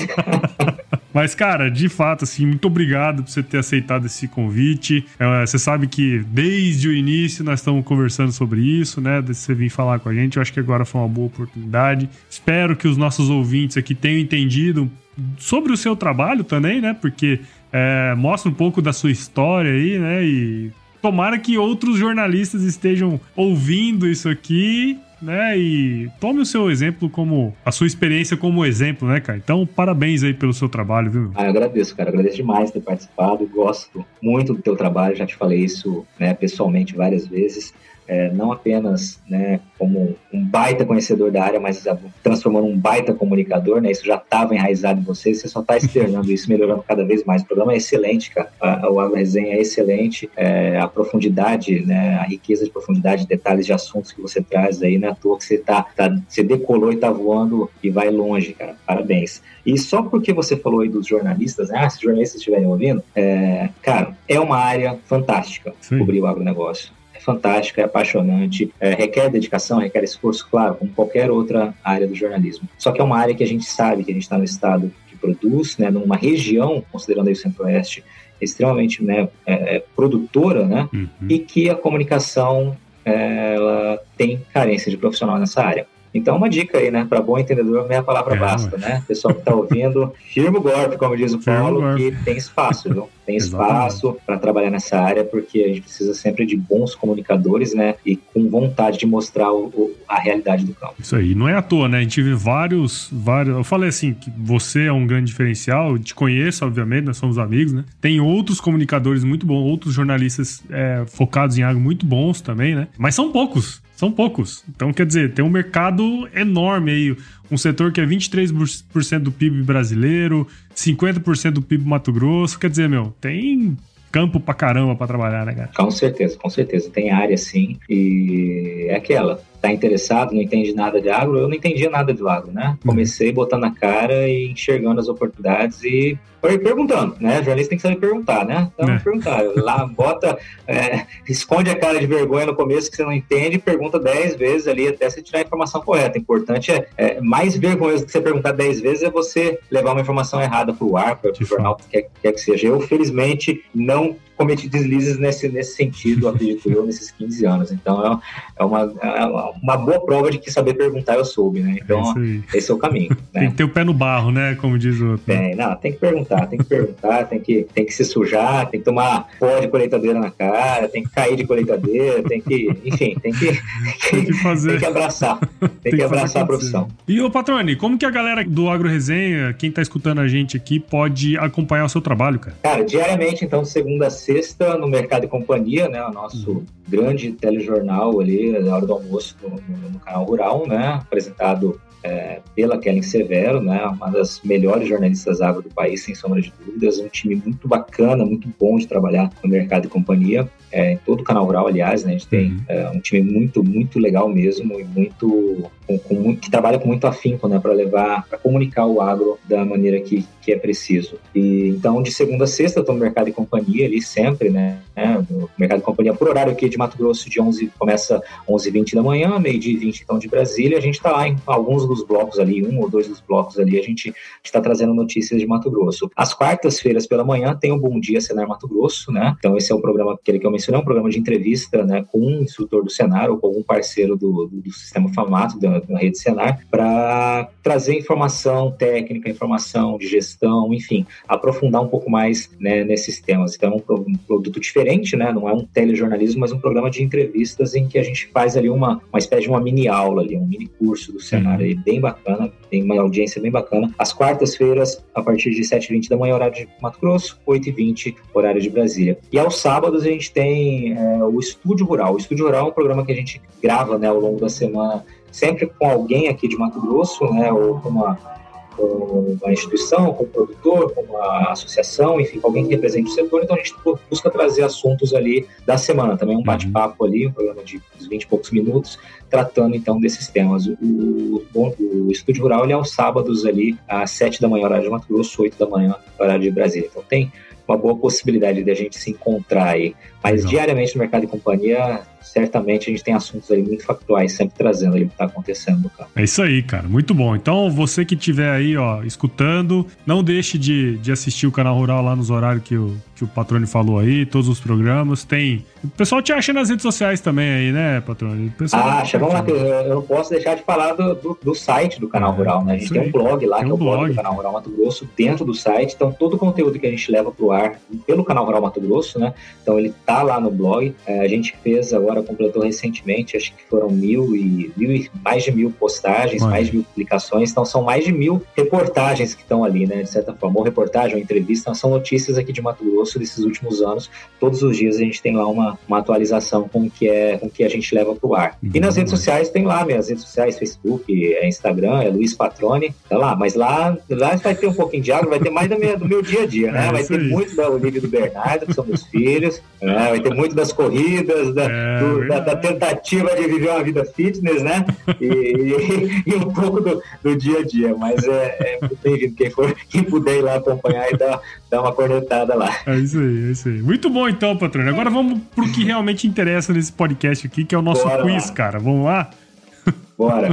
Mas, cara, de fato, assim, muito obrigado por você ter aceitado esse convite. É, você sabe que desde o início nós estamos conversando sobre isso, né? De você vir falar com a gente. Eu acho que agora foi uma boa oportunidade. Espero que os nossos ouvintes aqui tenham entendido sobre o seu trabalho também, né? Porque é, mostra um pouco da sua história aí, né? E tomara que outros jornalistas estejam ouvindo isso aqui, né, e tome o seu exemplo como, a sua experiência como exemplo, né, cara? Então, parabéns aí pelo seu trabalho, viu? Ah, eu agradeço, cara, agradeço demais ter participado, gosto muito do teu trabalho, já te falei isso, né, pessoalmente várias vezes. É, não apenas, né, como um baita conhecedor da área, mas transformando um baita comunicador, né, isso já estava enraizado em você, você só está externando isso, melhorando cada vez mais. O programa é excelente, cara, a, o Agro-Resenha é excelente, é, a profundidade, né, a riqueza de profundidade, de detalhes de assuntos que você traz aí, né, à toa que você, tá, tá, você decolou e está voando e vai longe, cara, parabéns. E só porque você falou aí dos jornalistas, né, ah, se os jornalistas estiverem ouvindo, é, cara, é uma área fantástica. Sim. Cobrir o agronegócio. Fantástico, é apaixonante, é, requer dedicação, requer esforço, claro, como qualquer outra área do jornalismo. Só que é uma área que a gente sabe que a gente está no estado que produz, né, numa região, considerando aí o Centro-Oeste, extremamente, né, é, produtora, né, uhum. E que a comunicação é, ela tem carência de profissional nessa área. Então, uma dica aí, né? Para bom entendedor, meia palavra é, basta, mas... né? Pessoal que está ouvindo, firma o golpe, como diz o Paulo, que tem espaço, viu? Tem espaço para trabalhar nessa área, porque a gente precisa sempre de bons comunicadores, né? E com vontade de mostrar o, o, a realidade do campo. Isso aí, não é à toa, né? A gente vê vários, vários... Eu falei assim, que você é um grande diferencial, eu te conheço, obviamente, nós somos amigos, né? Tem outros comunicadores muito bons, outros jornalistas é, focados em agro muito bons também, né? Mas são poucos. São poucos. Então, quer dizer, tem um mercado enorme aí. Um setor que é vinte e três por cento do P I B brasileiro, cinquenta por cento do P I B Mato Grosso. Quer dizer, meu, tem campo pra caramba pra trabalhar, né, cara? Com certeza, com certeza. Tem área, sim. E é aquela. Tá interessado, não entende nada de agro? Eu não entendia nada do agro, né? Comecei botando a cara e enxergando as oportunidades e perguntando, né? O jornalista tem que saber perguntar, né? Então, é. perguntar. Lá, bota, é, esconde a cara de vergonha no começo que você não entende, pergunta dez vezes ali até você tirar a informação correta. O importante é, é mais vergonhoso do que você perguntar dez vezes é você levar uma informação errada pro ar, para o jornal, que quer, quer que seja. Eu, felizmente, não cometi deslizes nesse, nesse sentido, acredito eu, nesses quinze anos. Então, é uma, é uma boa prova de que saber perguntar eu soube, né? Então, é esse é o caminho. Né? Tem que ter o pé no barro, né? Como diz o outro. Tem, não, tem que perguntar, tem que perguntar, tem que, tem que se sujar, tem que tomar pó de colheitadeira na cara, tem que cair de colheitadeira, tem que, enfim, tem que, tem que, fazer. Tem que abraçar, tem, tem que, que abraçar a profissão. E, ô Patrone, como que a galera do Agro-Resenha, quem tá escutando a gente aqui, pode acompanhar o seu trabalho, cara? Cara, diariamente, então, de segunda a sexta, no Mercado e Companhia, né, o nosso uhum. grande telejornal ali, na hora do almoço, no, no, no canal Rural, né, apresentado é, pela Kellen Severo, né, uma das melhores jornalistas agro do país, sem sombra de dúvidas, um time muito bacana, muito bom de trabalhar no Mercado e Companhia, é, em todo o canal Rural, aliás, né, a gente tem é, um time muito, muito legal mesmo, e muito, com, com, que trabalha com muito afinco, né, para levar, para comunicar o agro da maneira que, que é preciso. E, então, de segunda a sexta, eu estou no Mercado e Companhia ali sempre, né, né, no Mercado e Companhia, por horário aqui de Mato Grosso, de onze, começa onze e vinte da manhã, meio-dia e vinte, então, de Brasília, a gente está lá em alguns dos blocos ali, um ou dois dos blocos ali, a gente está trazendo notícias de Mato Grosso. Às quartas-feiras pela manhã tem o Bom Dia Senar Mato Grosso, né, então esse é o programa, aquele que eu mencionei, um programa de entrevista, né, com um instrutor do Senar ou com algum parceiro do, do, do Sistema Famato, da, da rede Senar, para trazer informação técnica, informação de gestão, enfim, aprofundar um pouco mais, né, nesses temas. Então, é um, um produto diferente, né, não é um telejornalismo, mas um programa de entrevistas em que a gente faz ali uma, uma espécie de uma mini aula, ali, um mini curso do Senar, uhum. bem bacana, tem uma audiência bem bacana. Às quartas-feiras, a partir de sete e vinte da manhã, horário de Mato Grosso, oito e vinte, horário de Brasília. E aos sábados a gente tem é, o Estúdio Rural. O Estúdio Rural é um programa que a gente grava, né, ao longo da semana, sempre com alguém aqui de Mato Grosso, né, ou com uma, com uma instituição, com um produtor, com uma associação, enfim, com alguém que represente o setor. Então a gente busca trazer assuntos ali da semana, também um bate-papo ali, um programa de uns vinte e poucos minutos, tratando então desses temas. O, o, o Estúdio Rural ele é aos sábados ali, às sete da manhã, horário de Mato Grosso, oito da manhã, horário de Brasília. Então tem uma boa possibilidade de a gente se encontrar aí. Mas Legal. Diariamente no Mercado e Companhia, certamente a gente tem assuntos aí muito factuais, sempre trazendo aí o que está acontecendo no campo. É isso aí, cara. Muito bom. Então, você que estiver aí, ó, escutando, não deixe de, de assistir o Canal Rural lá nos horários que o, que o Patrone falou aí, todos os programas. Tem... O pessoal te acha nas redes sociais também aí, né, Patrone? Ah, vamos lá, eu não posso deixar de falar do, do, do site do Canal é, Rural, né? A gente tem um blog lá, tem que um é o blog, blog do Canal Rural Mato Grosso, dentro do site. Então, todo o conteúdo que a gente leva pro ar pelo Canal Rural Mato Grosso, né? Então, ele tá lá no blog. É, a gente fez agora, completou recentemente, acho que foram mil e, mil e mais de mil postagens, Olha. mais de mil publicações. Então, são mais de mil reportagens que estão ali, né? De certa forma, ou reportagem ou entrevista. Então, são notícias aqui de Mato Grosso desses últimos anos. Todos os dias a gente tem lá uma, uma atualização com o que, é, com o que a gente leva pro ar. Uhum. E nas redes sociais tem lá, minhas redes sociais, Facebook, é Instagram, é Luiz Patrone, tá lá. Mas lá, lá vai ter um pouquinho de água, vai ter mais do meu, do meu dia a dia, né? É, vai ter aí. muito da Olívia e do Bernardo, que são meus filhos, né? Vai ter muito das corridas, da, é, do, da, da tentativa de viver uma vida fitness, né? E, e, e um pouco do, do dia a dia. Mas é, é muito bem-vindo quem for, quem puder ir lá acompanhar e dar, dar uma cornetada lá. É isso aí, é isso aí. Muito bom então, Patrone. Agora vamos pro que realmente interessa nesse podcast aqui, que é o nosso Bora quiz, lá. cara. Vamos lá? Bora.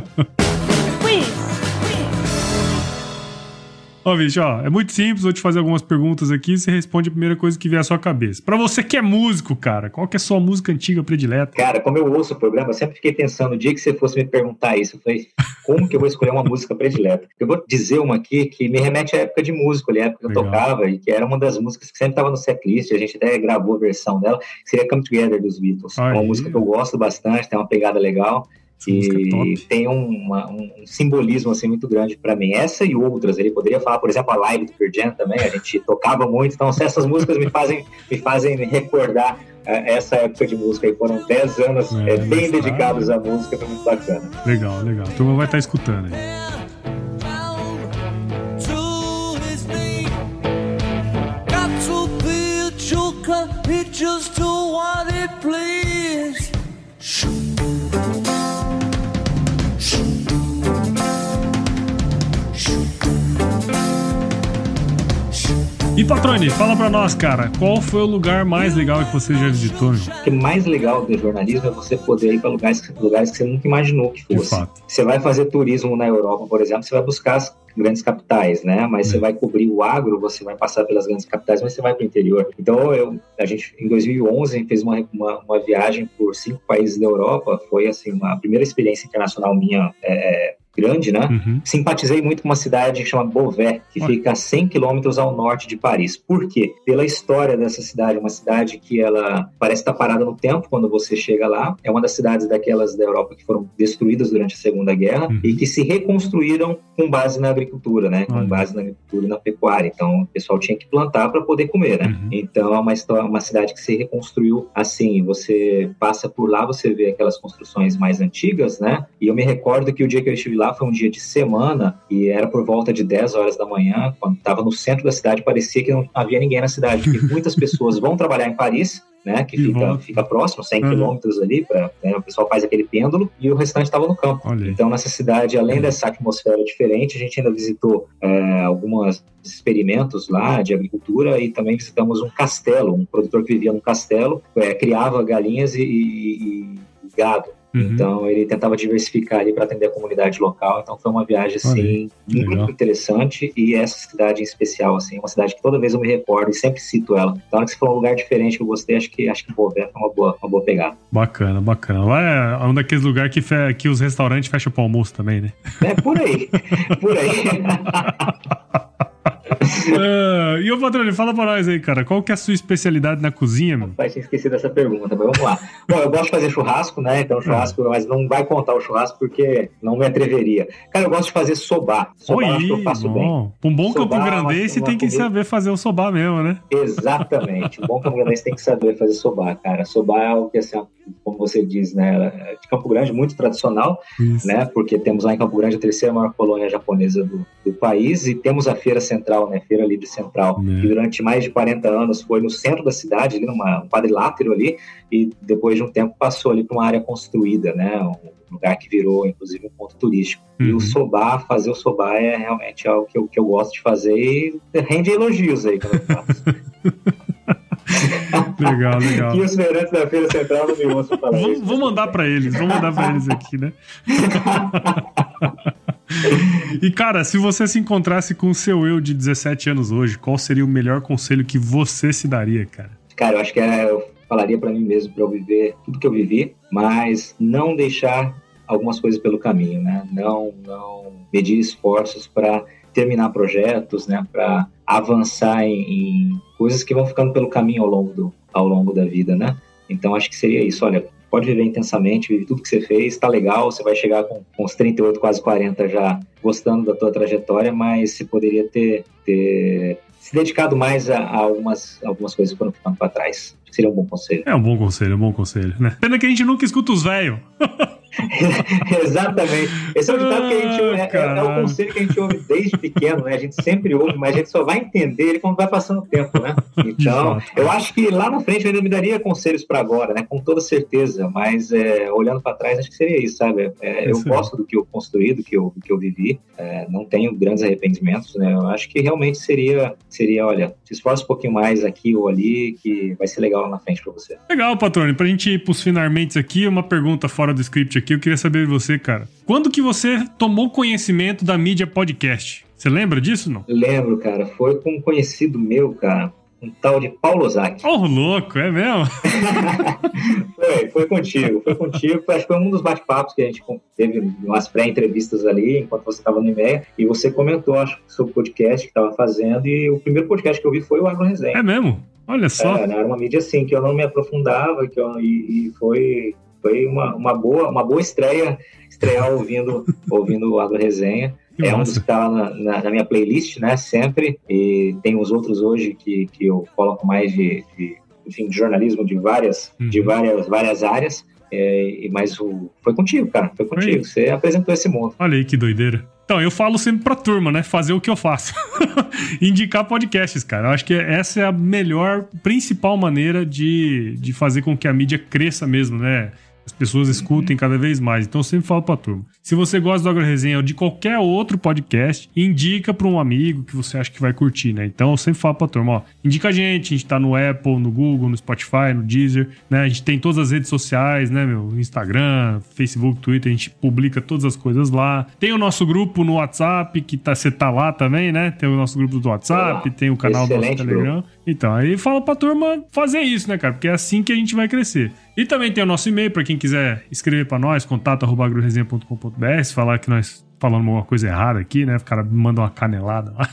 Ó, bicho, ó, é muito simples, vou te fazer algumas perguntas aqui e você responde a primeira coisa que vier à sua cabeça. Pra você que é músico, cara, qual que é a sua música antiga predileta? Cara, como eu ouço o programa, eu sempre fiquei pensando, no dia que você fosse me perguntar isso, eu falei, como que eu vou escolher uma música predileta? Eu vou dizer uma aqui que me remete à época de músico, ali, à época que Legal. eu tocava, e que era uma das músicas que sempre estava no setlist, a gente até gravou a versão dela, que seria Come Together dos Beatles. Aí. É uma música que eu gosto bastante, tem uma pegada legal. E tem uma, um simbolismo assim, muito grande pra mim. Essa e outras, ele poderia falar, por exemplo, a Live do Pearl Jam também, a gente tocava muito, então essas músicas me fazem, me fazem recordar uh, essa época de música, e foram dez anos é, é, bem dedicados à música, foi muito bacana. Legal, legal, a turma vai estar escutando aí. E Patrone, fala pra nós, cara, qual foi o lugar mais legal que você já visitou, irmão? O que é mais legal do jornalismo é você poder ir para lugares, lugares que você nunca imaginou que fosse. De fato. Você vai fazer turismo na Europa, por exemplo, você vai buscar as grandes capitais, né? Mas é. você vai cobrir o agro, você vai passar pelas grandes capitais, mas você vai para o interior. Então, eu, a gente, em dois mil e onze, fez uma, uma, uma viagem por cinco países da Europa. Foi, assim, uma primeira experiência internacional minha, é, grande, né? Uhum. Simpatizei muito com uma cidade que chama Beauvais, que ah. fica a cem quilômetros ao norte de Paris. Por quê? Pela história dessa cidade, uma cidade que ela parece estar parada no tempo quando você chega lá. É uma das cidades daquelas da Europa que foram destruídas durante a Segunda Guerra uhum. e que se reconstruíram com base na agricultura, né? Com uhum. base na agricultura e na pecuária. Então, o pessoal tinha que plantar para poder comer, né? Uhum. Então, é uma, história, uma cidade que se reconstruiu assim. Você passa por lá, você vê aquelas construções mais antigas, né? E eu me recordo que o dia que eu estive lá foi um dia de semana e era por volta de dez horas da manhã, quando estava no centro da cidade, parecia que não havia ninguém na cidade, porque muitas pessoas vão trabalhar em Paris, né, que fica, fica próximo, cem uhum. quilômetros ali, pra, né, o pessoal faz aquele pêndulo, e o restante estava no campo. Olha. Então, nessa cidade, além dessa atmosfera diferente, a gente ainda visitou é, alguns experimentos lá de agricultura e também visitamos um castelo, um produtor que vivia num castelo, é, criava galinhas e, e, e gado. Uhum. Então, ele tentava diversificar ali para atender a comunidade local. Então, foi uma viagem, assim, Olha, muito legal. interessante. E essa cidade em especial, assim, uma cidade que toda vez eu me recordo e sempre cito ela. Então, que se for um lugar diferente que eu gostei, acho que, acho que Beauvais foi uma boa, uma boa pegada. Bacana, bacana. Lá é um daqueles lugares que, fe... que os restaurantes fecham pro almoço também, né? É, por aí. Por aí. uh, e ô Patrone, fala pra nós aí, cara, qual que é a sua especialidade na cozinha, meu? Rapaz, tinha esquecido dessa pergunta, mas vamos lá. Bom, eu gosto de fazer churrasco, né? Então churrasco, ah. mas não vai contar o churrasco porque não me atreveria. Cara, eu gosto de fazer sobá. Sobá Oi, acho que eu faço bom. bem. Um bom sobá, campograndense tem que comida... saber fazer o sobá mesmo, né? Exatamente. Um bom campograndense tem que saber fazer sobá, cara. Sobá é algo que, assim, como você diz, né? De Campo Grande, muito tradicional, Isso. né? Porque temos lá em Campo Grande a terceira maior colônia japonesa do, do país e temos a Feira Central, né? Feira Livre Central, é. que durante mais de quarenta anos foi no centro da cidade, ali numa, um quadrilátero ali, e depois de um tempo passou ali para uma área construída, né? Um lugar que virou, inclusive, um ponto turístico. Uhum. E o sobá, fazer o sobá é realmente algo que eu, que eu gosto de fazer e rende elogios aí quando eu faço. Legal, legal. E os feirantes da Feira Central não me ouçam falar vou, isso. Vou mandar pra eles, vou mandar pra eles aqui, né? E, cara, se você se encontrasse com o seu eu de dezessete anos hoje, qual seria o melhor conselho que você se daria, cara? Cara, eu acho que é, eu falaria pra mim mesmo pra eu viver tudo que eu vivi, mas não deixar algumas coisas pelo caminho, né? Não, não medir esforços para terminar projetos, né? Para avançar em, em coisas que vão ficando pelo caminho ao longo, do, ao longo da vida, né? Então, acho que seria isso. Olha, pode viver intensamente, vive tudo que você fez, tá legal, você vai chegar com, com uns trinta e oito, quase quarenta já gostando da tua trajetória, mas você poderia ter, ter se dedicado mais a, a algumas, algumas coisas que foram ficando para trás. Acho que seria um bom conselho. É um bom conselho, é um bom conselho, né? Pena que a gente nunca escuta os velhos. Exatamente. Esse é o ditado que a gente ouve, é, é, é o conselho que a gente ouve desde pequeno, né? A gente sempre ouve, mas a gente só vai entender ele quando vai passando o tempo, né? Então, eu acho que lá na frente eu ainda me daria conselhos para agora, né? Com toda certeza, mas é, olhando para trás, acho que seria isso, sabe? É, eu gosto do que eu construí, do que eu, do que eu vivi, é, não tenho grandes arrependimentos, né? Eu acho que realmente seria, seria, olha, se esforça um pouquinho mais aqui ou ali, que vai ser legal lá na frente para você. Legal, Patrone. Pra gente ir pros finalmente aqui, uma pergunta fora do script aqui, eu queria saber de você, cara. Quando que você tomou conhecimento da mídia podcast? Você lembra disso, não? Lembro, cara. Foi com um conhecido meu, cara, um tal de Paulo Ozaki. Oh, louco, é mesmo? foi, foi contigo, foi contigo. Acho que foi um dos bate-papos que a gente teve umas pré-entrevistas ali, enquanto você estava no E-mail, e você comentou, acho, sobre o podcast que estava fazendo, e o primeiro podcast que eu vi foi o Agro Resenha. É mesmo? Olha só. É, era uma mídia assim, que eu não me aprofundava, que eu, e, e foi... Foi uma, uma, boa, uma boa estreia, estrear ouvindo, ouvindo o Agro Resenha. Que é massa. Um dos que está na, na, na minha playlist, né, sempre. E tem os outros hoje que, que eu coloco mais de, de, enfim, de jornalismo de várias, uhum. de várias, várias áreas. É, mas o, foi contigo, cara, foi contigo. Aí. Você apresentou esse mundo. Olha aí que doideira. Então, eu falo sempre pra turma, né? Fazer o que eu faço. Indicar podcasts, cara. Eu acho que essa é a melhor, principal maneira de, de fazer com que a mídia cresça mesmo, né? As pessoas escutem cada vez mais. Então eu sempre falo pra turma. Se você gosta do Agro Resenha ou de qualquer outro podcast, indica pra um amigo que você acha que vai curtir, né? Então eu sempre falo pra turma, ó, indica a gente. A gente tá no Apple, no Google, no Spotify, no Deezer, né? A gente tem todas as redes sociais, né, meu? Instagram, Facebook, Twitter, a gente publica todas as coisas lá. Tem o nosso grupo no WhatsApp, que tá, você tá lá também, né? Tem o nosso grupo do WhatsApp, tem o canal do nosso Telegram. Grupo. Então, aí fala pra turma fazer isso, né, cara? Porque é assim que a gente vai crescer. E também tem o nosso e-mail para quem quiser escrever para nós, contato arroba agroresenha ponto com ponto b r, se falar que nós falamos alguma coisa errada aqui, né? O cara manda uma canelada lá.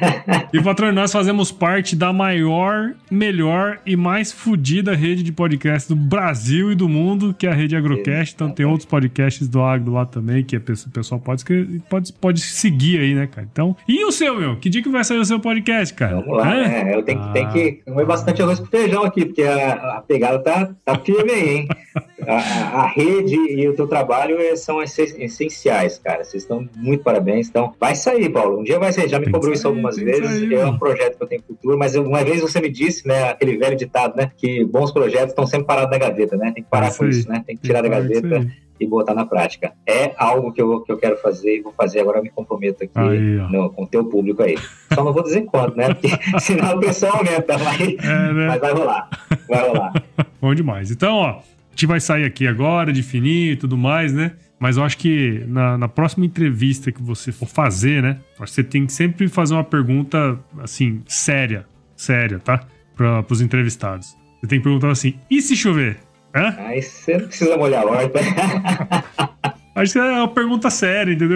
E, patrão, nós fazemos parte da maior, melhor e mais fodida rede de podcasts do Brasil e do mundo, que é a Rede Agrocast. Então tem outros podcasts do agro lá também, que o pessoal pode, pode, pode seguir aí, né, cara? Então, e o seu, meu? Que dia que vai sair o seu podcast, cara? Vamos lá, é? né? Eu tenho, ah. tenho que comer bastante arroz com feijão aqui, porque a, a pegada tá, tá firme aí, hein? A, a rede e o teu trabalho são essenciais, cara. Vocês estão muito parabéns. Então, vai sair, Paulo. Um dia vai sair. Já me tem cobrou isso algumas vezes. Sair, é um projeto que eu tenho futuro, mas uma vez você me disse, né, aquele velho ditado, né, que bons projetos estão sempre parados na gaveta, né? Tem que parar com isso, né? Tem que tirar da gaveta e botar na prática. É algo que eu, que eu quero fazer e vou fazer. Agora eu me comprometo aqui aí, no, com o teu público aí. Só não vou dizer quanto, né? Porque senão o pessoal aumenta, mas, é, né? mas vai rolar. Vai rolar. Bom demais. Então, ó, a gente vai sair aqui agora de fininho e tudo mais, né? Mas eu acho que na, na próxima entrevista que você for fazer, né? Você tem que sempre fazer uma pergunta, assim, séria. Séria, tá? Para os entrevistados. Você tem que perguntar assim, e se chover? Hã? Aí você não precisa molhar a horta. Acho que é uma pergunta séria, entendeu?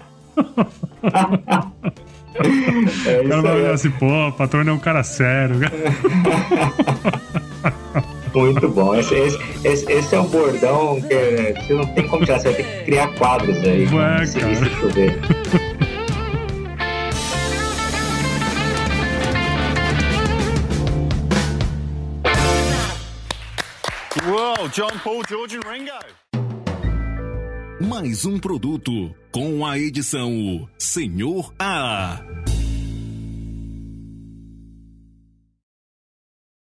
É o cara vai olhar assim, pô, o patrão é um cara sério. Muito bom. Esse, esse, esse, esse é um bordão que você não tem como tirar, você vai ter que criar quadros aí. Ué, se, cara. Se chover. Uou, John Paul, George and Ringo. Mais um produto com a edição Senhor A.